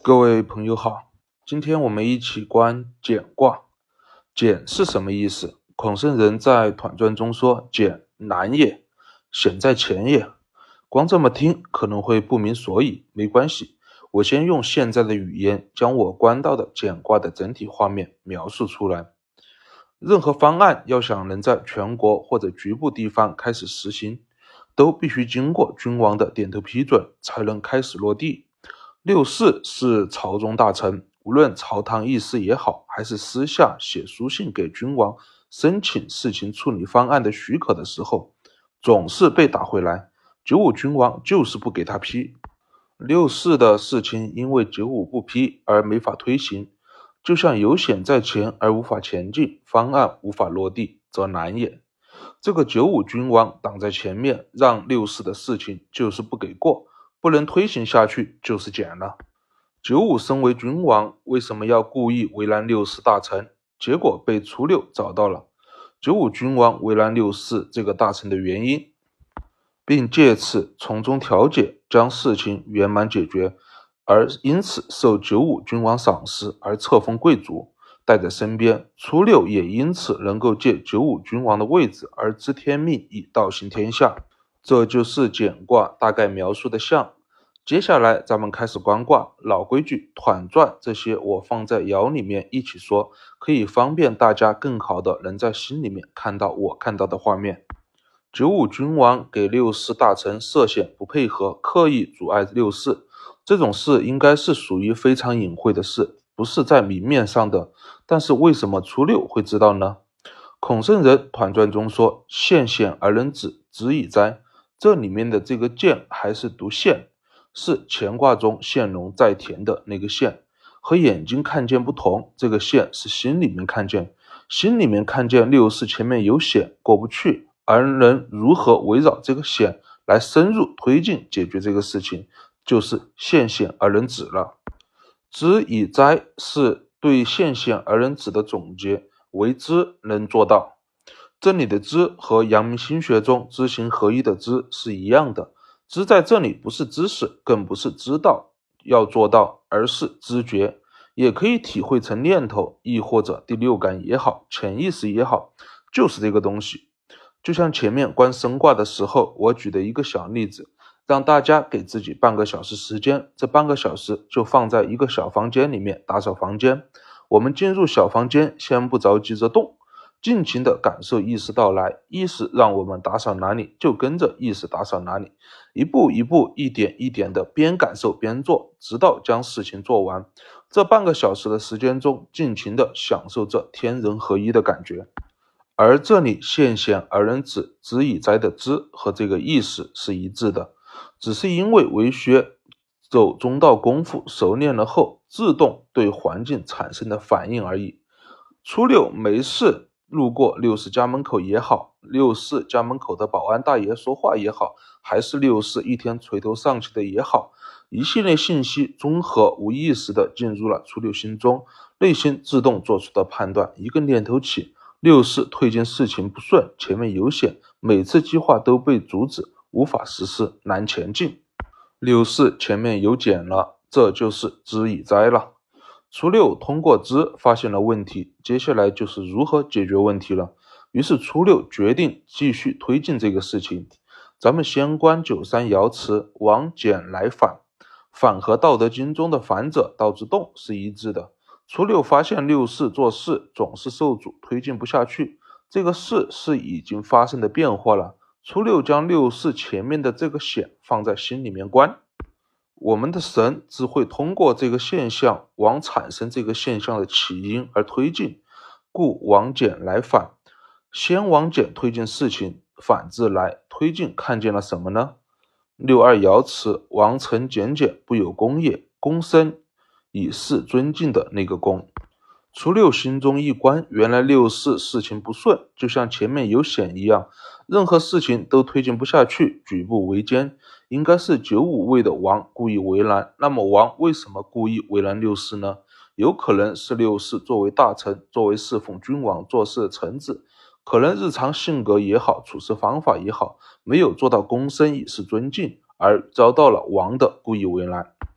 各位朋友好，今天我们一起观简卦。简是什么意思？孔圣人在《团传》中说：简难也，险在前也。光这么听可能会不明所以，没关系，我先用现在的语言将我观到的简卦的整体画面描述出来。任何方案要想能在全国或者局部地方开始实行，都必须经过君王的点头批准才能开始落地。六世是朝中大臣，无论朝堂议事也好，还是私下写书信给君王申请事情处理方案的许可的时候，总是被打回来，九五君王就是不给他批。六世的事情因为九五不批而没法推行，就像有险在前而无法前进，方案无法落地，则难也。这个九五君王挡在前面，让六世的事情就是不给过，不能推行下去，就是简了。九五身为君王，为什么要故意为难六世大臣？结果被初六找到了九五君王为难六世这个大臣的原因，并借此从中调解，将事情圆满解决，而因此受九五君王赏识而册封贵族，带在身边。初六也因此能够借九五君王的位置而知天命，以道行天下。这就是简卦大概描述的象。接下来咱们开始观卦，老规矩，团传这些我放在爻里面一起说，可以方便大家更好的能在心里面看到我看到的画面。九五君王给六世大臣设限不配合，刻意阻碍六世，这种事应该是属于非常隐晦的事，不是在明面上的。但是为什么初六会知道呢？孔圣人团传中说：陷险而能止，止以哉。这里面的这个见还是读陷，是乾卦中陷龙在田的那个陷，和眼睛看见不同，这个陷是心里面看见，心里面看见六世前面有险过不去，而能如何围绕这个险来深入推进解决这个事情，就是陷险而能止了。止以哉是对陷险而能止的总结，为之能做到。这里的知和阳明心学中知行合一的知是一样的，知在这里不是知识，更不是知道要做到，而是知觉，也可以体会成念头，亦或者第六感也好，潜意识也好，就是这个东西。就像前面观升卦的时候我举的一个小例子，让大家给自己半个小时时间，这半个小时就放在一个小房间里面打扫房间。我们进入小房间，先不着急着动，尽情的感受意识到来，意识让我们打扫哪里，就跟着意识打扫哪里，一步一步，一点一点的边感受边做，直到将事情做完。这半个小时的时间中，尽情的享受这天人合一的感觉。而这里陷险而能止，止以哉的知和这个意识是一致的，只是因为为学走中道功夫熟练了后，自动对环境产生的反应而已。初六没事路过六世家门口也好，六世家门口的保安大爷说话也好，还是六世一天垂头丧气的也好，一系列信息综合无意识的进入了初六心中，内心自动做出的判断，一个念头起，六世推进事情不顺，前面有险，每次计划都被阻止，无法实施，难前进。六世前面有减了，这就是知以哉了。初六通过知发现了问题，接下来就是如何解决问题了。于是初六决定继续推进这个事情。咱们先观九三爻辞，往简来反，反和道德经中的反者道之动是一致的。初六发现六世做事总是受阻，推进不下去，这个事是已经发生的变化了。初六将六世前面的这个险放在心里面观，我们的神只会通过这个现象往产生这个现象的起因而推进，故往简来反，先往简推进事情，反自来推进，看见了什么呢？六二爻辞，王臣简简，不有功也，功生以示尊敬的那个功。初六心中一观，原来六世事情不顺，就像前面有险一样，任何事情都推进不下去，举步维艰，应该是九五位的王故意为难。那么王为什么故意为难六世呢？有可能是六世作为大臣，作为侍奉君王做事的臣子，可能日常性格也好，处事方法也好，没有做到躬身以示尊敬，而遭到了王的故意为难。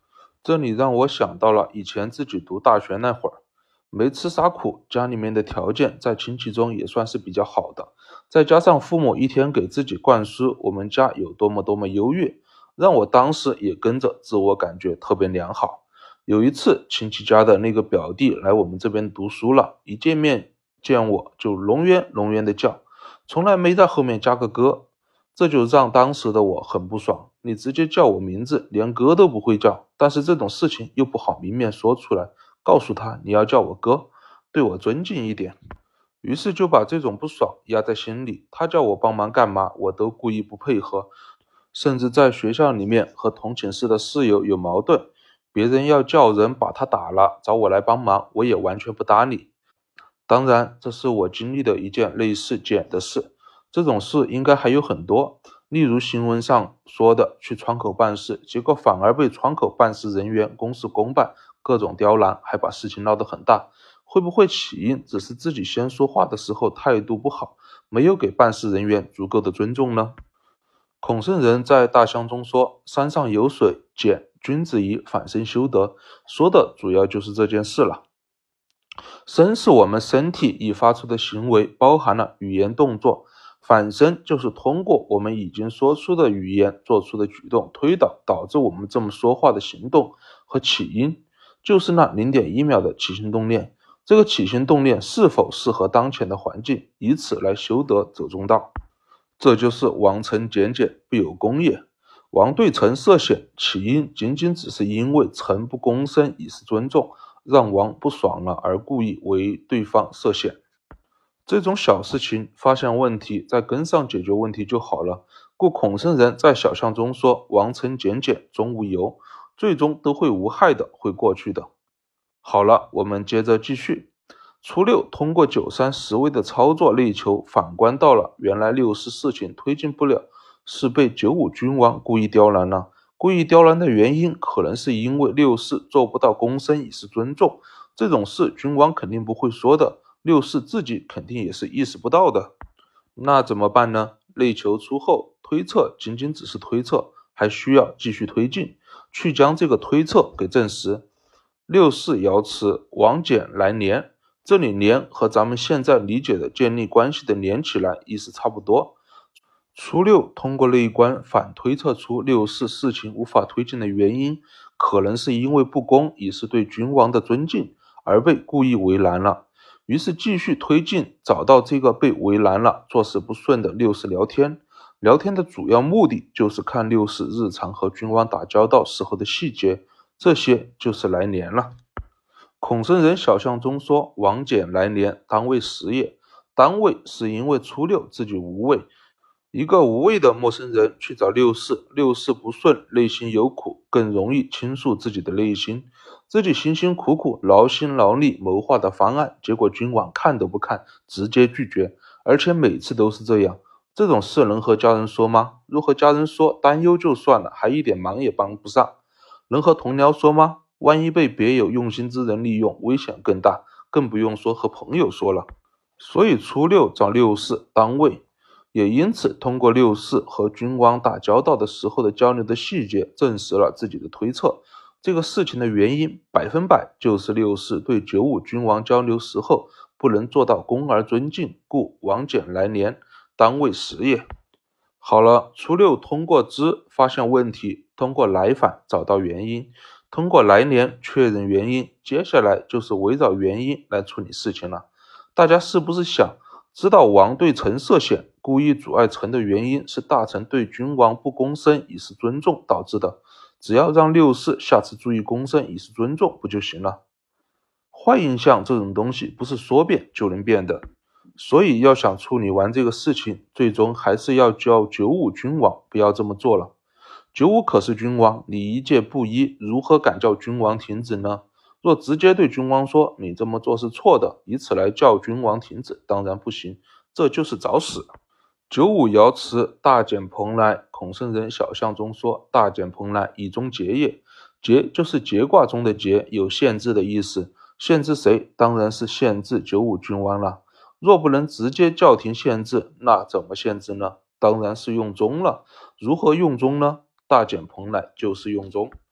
这里让我想到了以前自己读大学那会儿，没吃啥苦，家里面的条件在亲戚中也算是比较好的，再加上父母一天给自己灌输我们家有多么多么优越，让我当时也跟着自我感觉特别良好。有一次亲戚家的那个表弟来我们这边读书了，一见面见我就龙渊龙渊的叫，从来没在后面加个哥，这就让当时的我很不爽。你直接叫我名字，连哥都不会叫，但是这种事情又不好明面说出来，告诉他你要叫我哥，对我尊敬一点。于是就把这种不爽压在心里，他叫我帮忙干嘛，我都故意不配合，甚至在学校里面和同寝室的室友有矛盾，别人要叫人把他打了，找我来帮忙，我也完全不搭理。当然，这是我经历的一件类似简的事，这种事应该还有很多。例如新闻上说的去窗口办事，结果反而被窗口办事人员公事公办，各种刁难，还把事情闹得很大。会不会起因只是自己先说话的时候态度不好，没有给办事人员足够的尊重呢？孔圣人在《大象》中说：山上有水，简君子以反身修德，说的主要就是这件事了。身是我们身体已发出的行为，包含了语言动作。反身就是通过我们已经说出的语言做出的举动推导致我们这么说话的行动，和起因就是那0.1秒的起心动念。这个起心动念是否适合当前的环境，以此来修德走中道。这就是王臣简简，不有功也。王对臣涉险，起因仅仅只是因为臣不躬身以示尊重，让王不爽了而故意为对方设限。这种小事情发现问题，再跟上解决问题就好了。故孔圣人在小象中说：王臣简简，终无尤，最终都会无害的，会过去的。好了，我们接着继续。初六通过9、3、10位的操作内求，反观到了原来6、4事情推进不了，是被9、5君王故意刁难了。故意刁难的原因可能是因为6、4做不到躬身以示尊重，这种事君王肯定不会说的，6、4自己肯定也是意识不到的。那怎么办呢？内求出后，推测仅仅只是推测，还需要继续推进，去将这个推测给证实。6、4爻辞，王翦来连。这里连和咱们现在理解的建立关系的连起来意思差不多。初六通过这一关反推测出6、4事情无法推进的原因，可能是因为不公以示对君王的尊敬而被故意为难了。于是继续推进，找到这个被为难了、做事不顺的6、4聊天。聊天的主要目的就是看6、4日常和君王打交道时候的细节，这些就是来连了。孔圣人小象中说：王翦来连，当谓时也。当谓是因为初六自己无畏，一个无畏的陌生人去找6、4，六事不顺，内心有苦，更容易倾诉自己的内心，自己辛辛苦苦劳心劳力谋划的方案，结果君王看都不看，直接拒绝，而且每次都是这样。这种事能和家人说吗？若和家人说，担忧就算了，还一点忙也帮不上。能和同僚说吗？万一被别有用心之人利用，危险更大，更不用说和朋友说了。所以初六找6、4当位，也因此通过6、4和君王打交道的时候的交流的细节，证实了自己的推测。这个事情的原因100%就是6、4对9、5君王交流时候不能做到恭而尊敬，故王翦来连，当谓时也。好了，初六通过知发现问题，通过来反找到原因，通过来连确认原因，接下来就是围绕原因来处理事情了。大家是不是想知道王对臣涉险，故意阻碍臣的原因是大臣对君王不躬身以示尊重导致的？只要让6、4下次注意躬身以示尊重不就行了？坏印象这种东西不是说变就能变的。所以要想处理完这个事情，最终还是要教9、5君王不要这么做了。9、5可是君王，你一介布衣，如何敢叫君王停止呢？若直接对君王说你这么做是错的，以此来叫君王停止，当然不行，这就是找死。9、5爻辞，大简蓬莱。孔圣人小象中说：大简蓬莱，以中节也。节就是节卦中的节，有限制的意思。限制谁？当然是限制9、5君王了。若不能直接叫停限制，那怎么限制呢？当然是用中了。如何用中呢？大简蓬莱就是用中。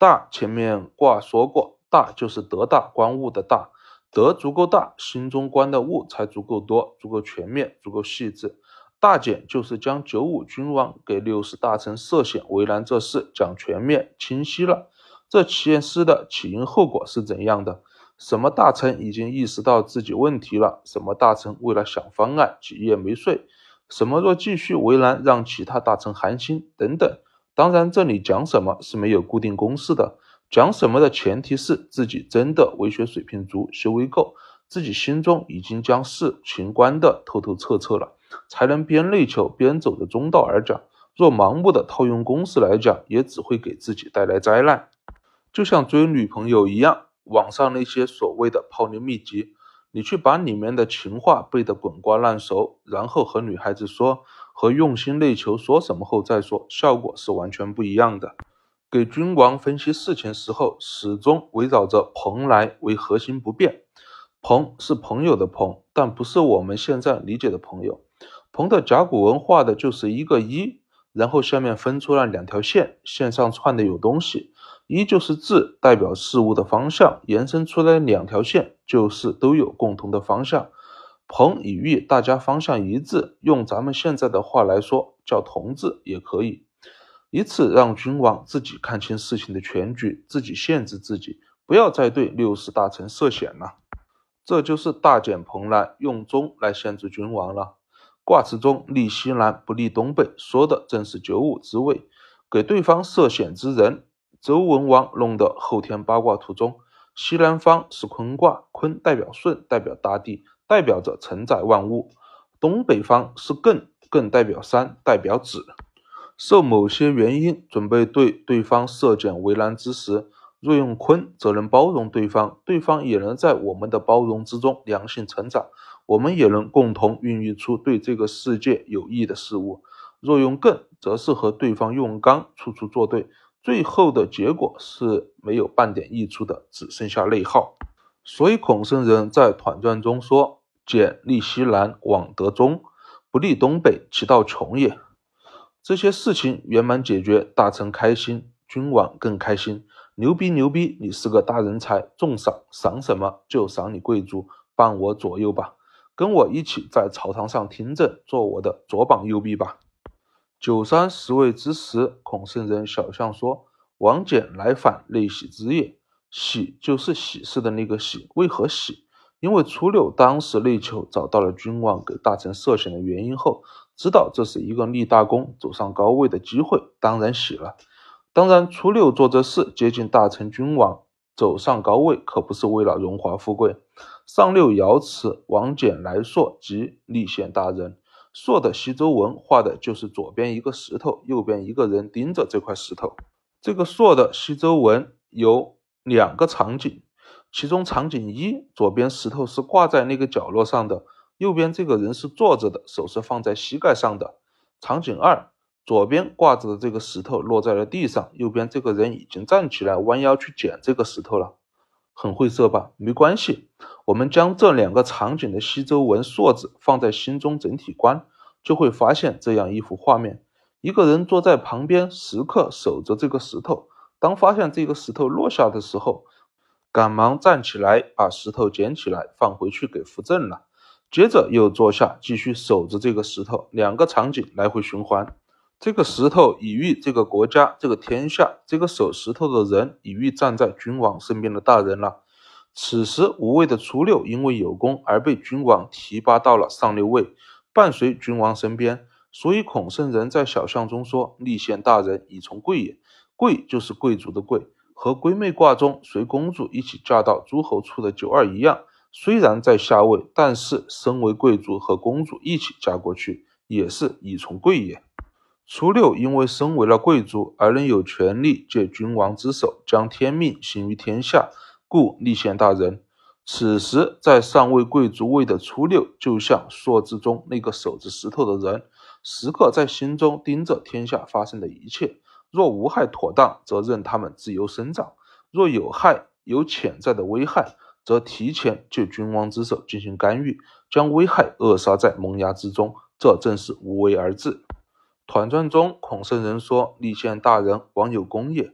大前面卦说过，大就是德大，观物的大，德足够大，心中观的物才足够多，足够全面，足够细致。大简就是将95君王给60大臣涉险为难这事讲全面清晰了。这件事的起因后果是怎样的？什么大臣已经意识到自己问题了？什么大臣为了想方案几夜没睡？什么若继续为难，让其他大臣寒心？等等。当然，这里讲什么是没有固定公式的，讲什么的前提是自己真的为学水平足，修为够，自己心中已经将事情观得透透彻彻了，才能边内求边走着中道而讲。若盲目的套用公式来讲，也只会给自己带来灾难。就像追女朋友一样，网上那些所谓的泡妞秘籍，你去把里面的情话背得滚瓜烂熟，然后和女孩子说，和用心内求说什么后再说，效果是完全不一样的。给君王分析事情时候，始终围绕着朋来为核心不变。朋是朋友的朋，但不是我们现在理解的朋友。朋的甲骨文画的就是一个一，然后下面分出了2条线，线上串的有东西。一就是字，代表事物的方向，延伸出来2条线，就是都有共同的方向。朋以喻大家方向一致，用咱们现在的话来说，叫同志也可以。以此让君王自己看清事情的全局，自己限制自己，不要再对60大臣涉险了。这就是大简蓬莱，用中来限制君王了。卦辞中利西南不利东北，说的正是95之位，给对方涉险之人。周文王弄的后天八卦图中，西南方是坤卦，坤代表顺，代表大地，代表着承载万物；东北方是艮，艮代表山，代表子。受某些原因准备对对方涉险为难之时，若用坤，则能包容对方，对方也能在我们的包容之中良性成长，我们也能共同孕育出对这个世界有益的事物。若用艮，则是和对方用刚，处处作对，最后的结果是没有半点益处的，只剩下内耗。所以孔圣人在团传中说，简利西南，往得中，不利东北，其道穷也。这些事情圆满解决，大臣开心，君王更开心。牛逼牛逼，你是个大人才，重赏，赏什么就赏你贵族，帮我左右吧，跟我一起在朝堂上听政，做我的左膀右臂吧。93时位之时，孔圣人小象说，王翦来反，内喜之也。喜就是喜事的那个喜，为何喜？因为初六当时内求找到了君王给大臣涉险的原因后，知道这是一个立大功走上高位的机会，当然喜了。当然初六做这事接近大臣君王走上高位，可不是为了荣华富贵。上六爻辞，王翦来朔即立宪大人。朔的西周文画的就是左边一个石头，右边一个人盯着这块石头。这个朔的西周文有2个场景，其中场景1，左边石头是挂在那个角落上的，右边这个人是坐着的，手是放在膝盖上的。场景2，左边挂着的这个石头落在了地上，右边这个人已经站起来弯腰去捡这个石头了。很晦涩吧？没关系，我们将这2个场景的西周文朔字放在心中整体观，就会发现这样一幅画面：一个人坐在旁边，时刻守着这个石头，当发现这个石头落下的时候，赶忙站起来把石头捡起来放回去给扶正了，接着又坐下继续守着这个石头，2个场景来回循环。这个石头以喻这个国家，这个天下，这个守石头的人以喻站在君王身边的大人了。此时无位的初六因为有功而被君王提拔到了上6位，伴随君王身边，所以孔圣人在小象中说，立宪大人以从贵也。贵就是贵族的贵，和闺妹卦中随公主一起嫁到诸侯处的92一样，虽然在下位，但是身为贵族和公主一起嫁过去，也是以从贵也。初六因为身为了贵族，而能有权利借君王之手将天命行于天下，故立宪大人。此时在上位贵族位的初六，就像朔之中那个守着石头的人，时刻在心中盯着天下发生的一切，若无害妥当，则任他们自由生长；若有害有潜在的危害，则提前借君王之手进行干预，将危害扼杀在萌芽之中，这正是无为而治。团传中孔圣人说，立宪大人王有功也。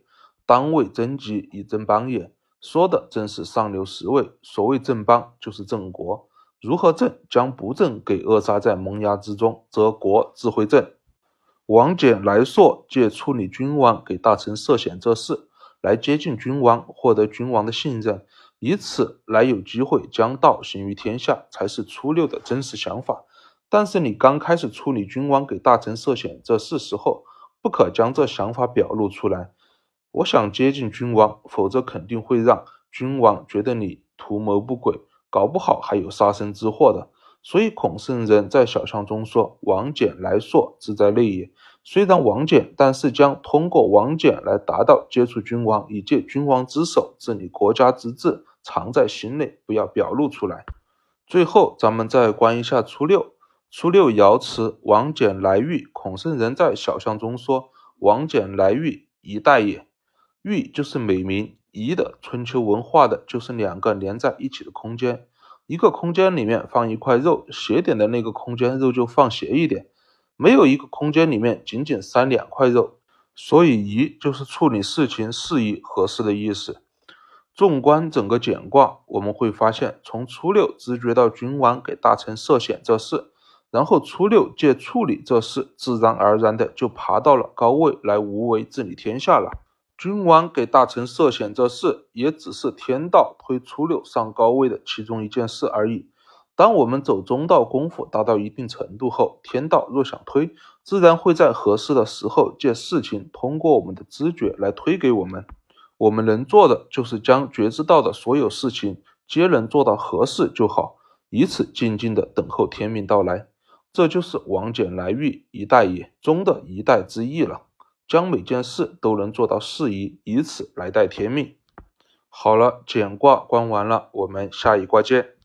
单位征集以正邦也。说的正是上流实位，所谓正邦就是正国。如何正？将不正给扼杀在萌芽之中，则国自会正。王翦、来硕借处理君王给大臣设险这事，来接近君王，获得君王的信任，以此来有机会将道行于天下，才是初六的真实想法。但是你刚开始处理君王给大臣设险这事时候，不可将这想法表露出来。我想接近君王，否则肯定会让君王觉得你图谋不轨，搞不好还有杀身之祸的。所以孔圣人在小象中说，王翦、来硕志在内也。虽然王翦，但是将通过王翦来达到接触君王，以借君王之手治理国家之志，藏在心内，不要表露出来。最后咱们再观一下初六。初六爻辞王翦来遇，孔圣人在小象中说，王翦来遇，一代也。遇就是美名，夷的春秋文化的就是两个连在一起的空间，一个空间里面放一块肉，斜点的那个空间肉就放斜一点，没有一个空间里面仅仅塞两块肉，所以夷就是处理事情适宜合适的意思。纵观整个简卦，我们会发现，从初六知觉到君王给大臣设险这事，然后初六借处理这事，自然而然的就爬到了高位来无为治理天下了。君王给大臣设险这事，也只是天道推初六上高位的其中一件事而已。当我们走中道功夫达到一定程度后，天道若想推，自然会在合适的时候借事情通过我们的知觉来推给我们。我们能做的就是将觉知到的所有事情皆能做到合适就好，以此静静的等候天命到来。这就是王翦来遇，一代也中的一代之意了。将每件事都能做到适宜，以此来待天命。好了，简卦观完了，我们下一卦见。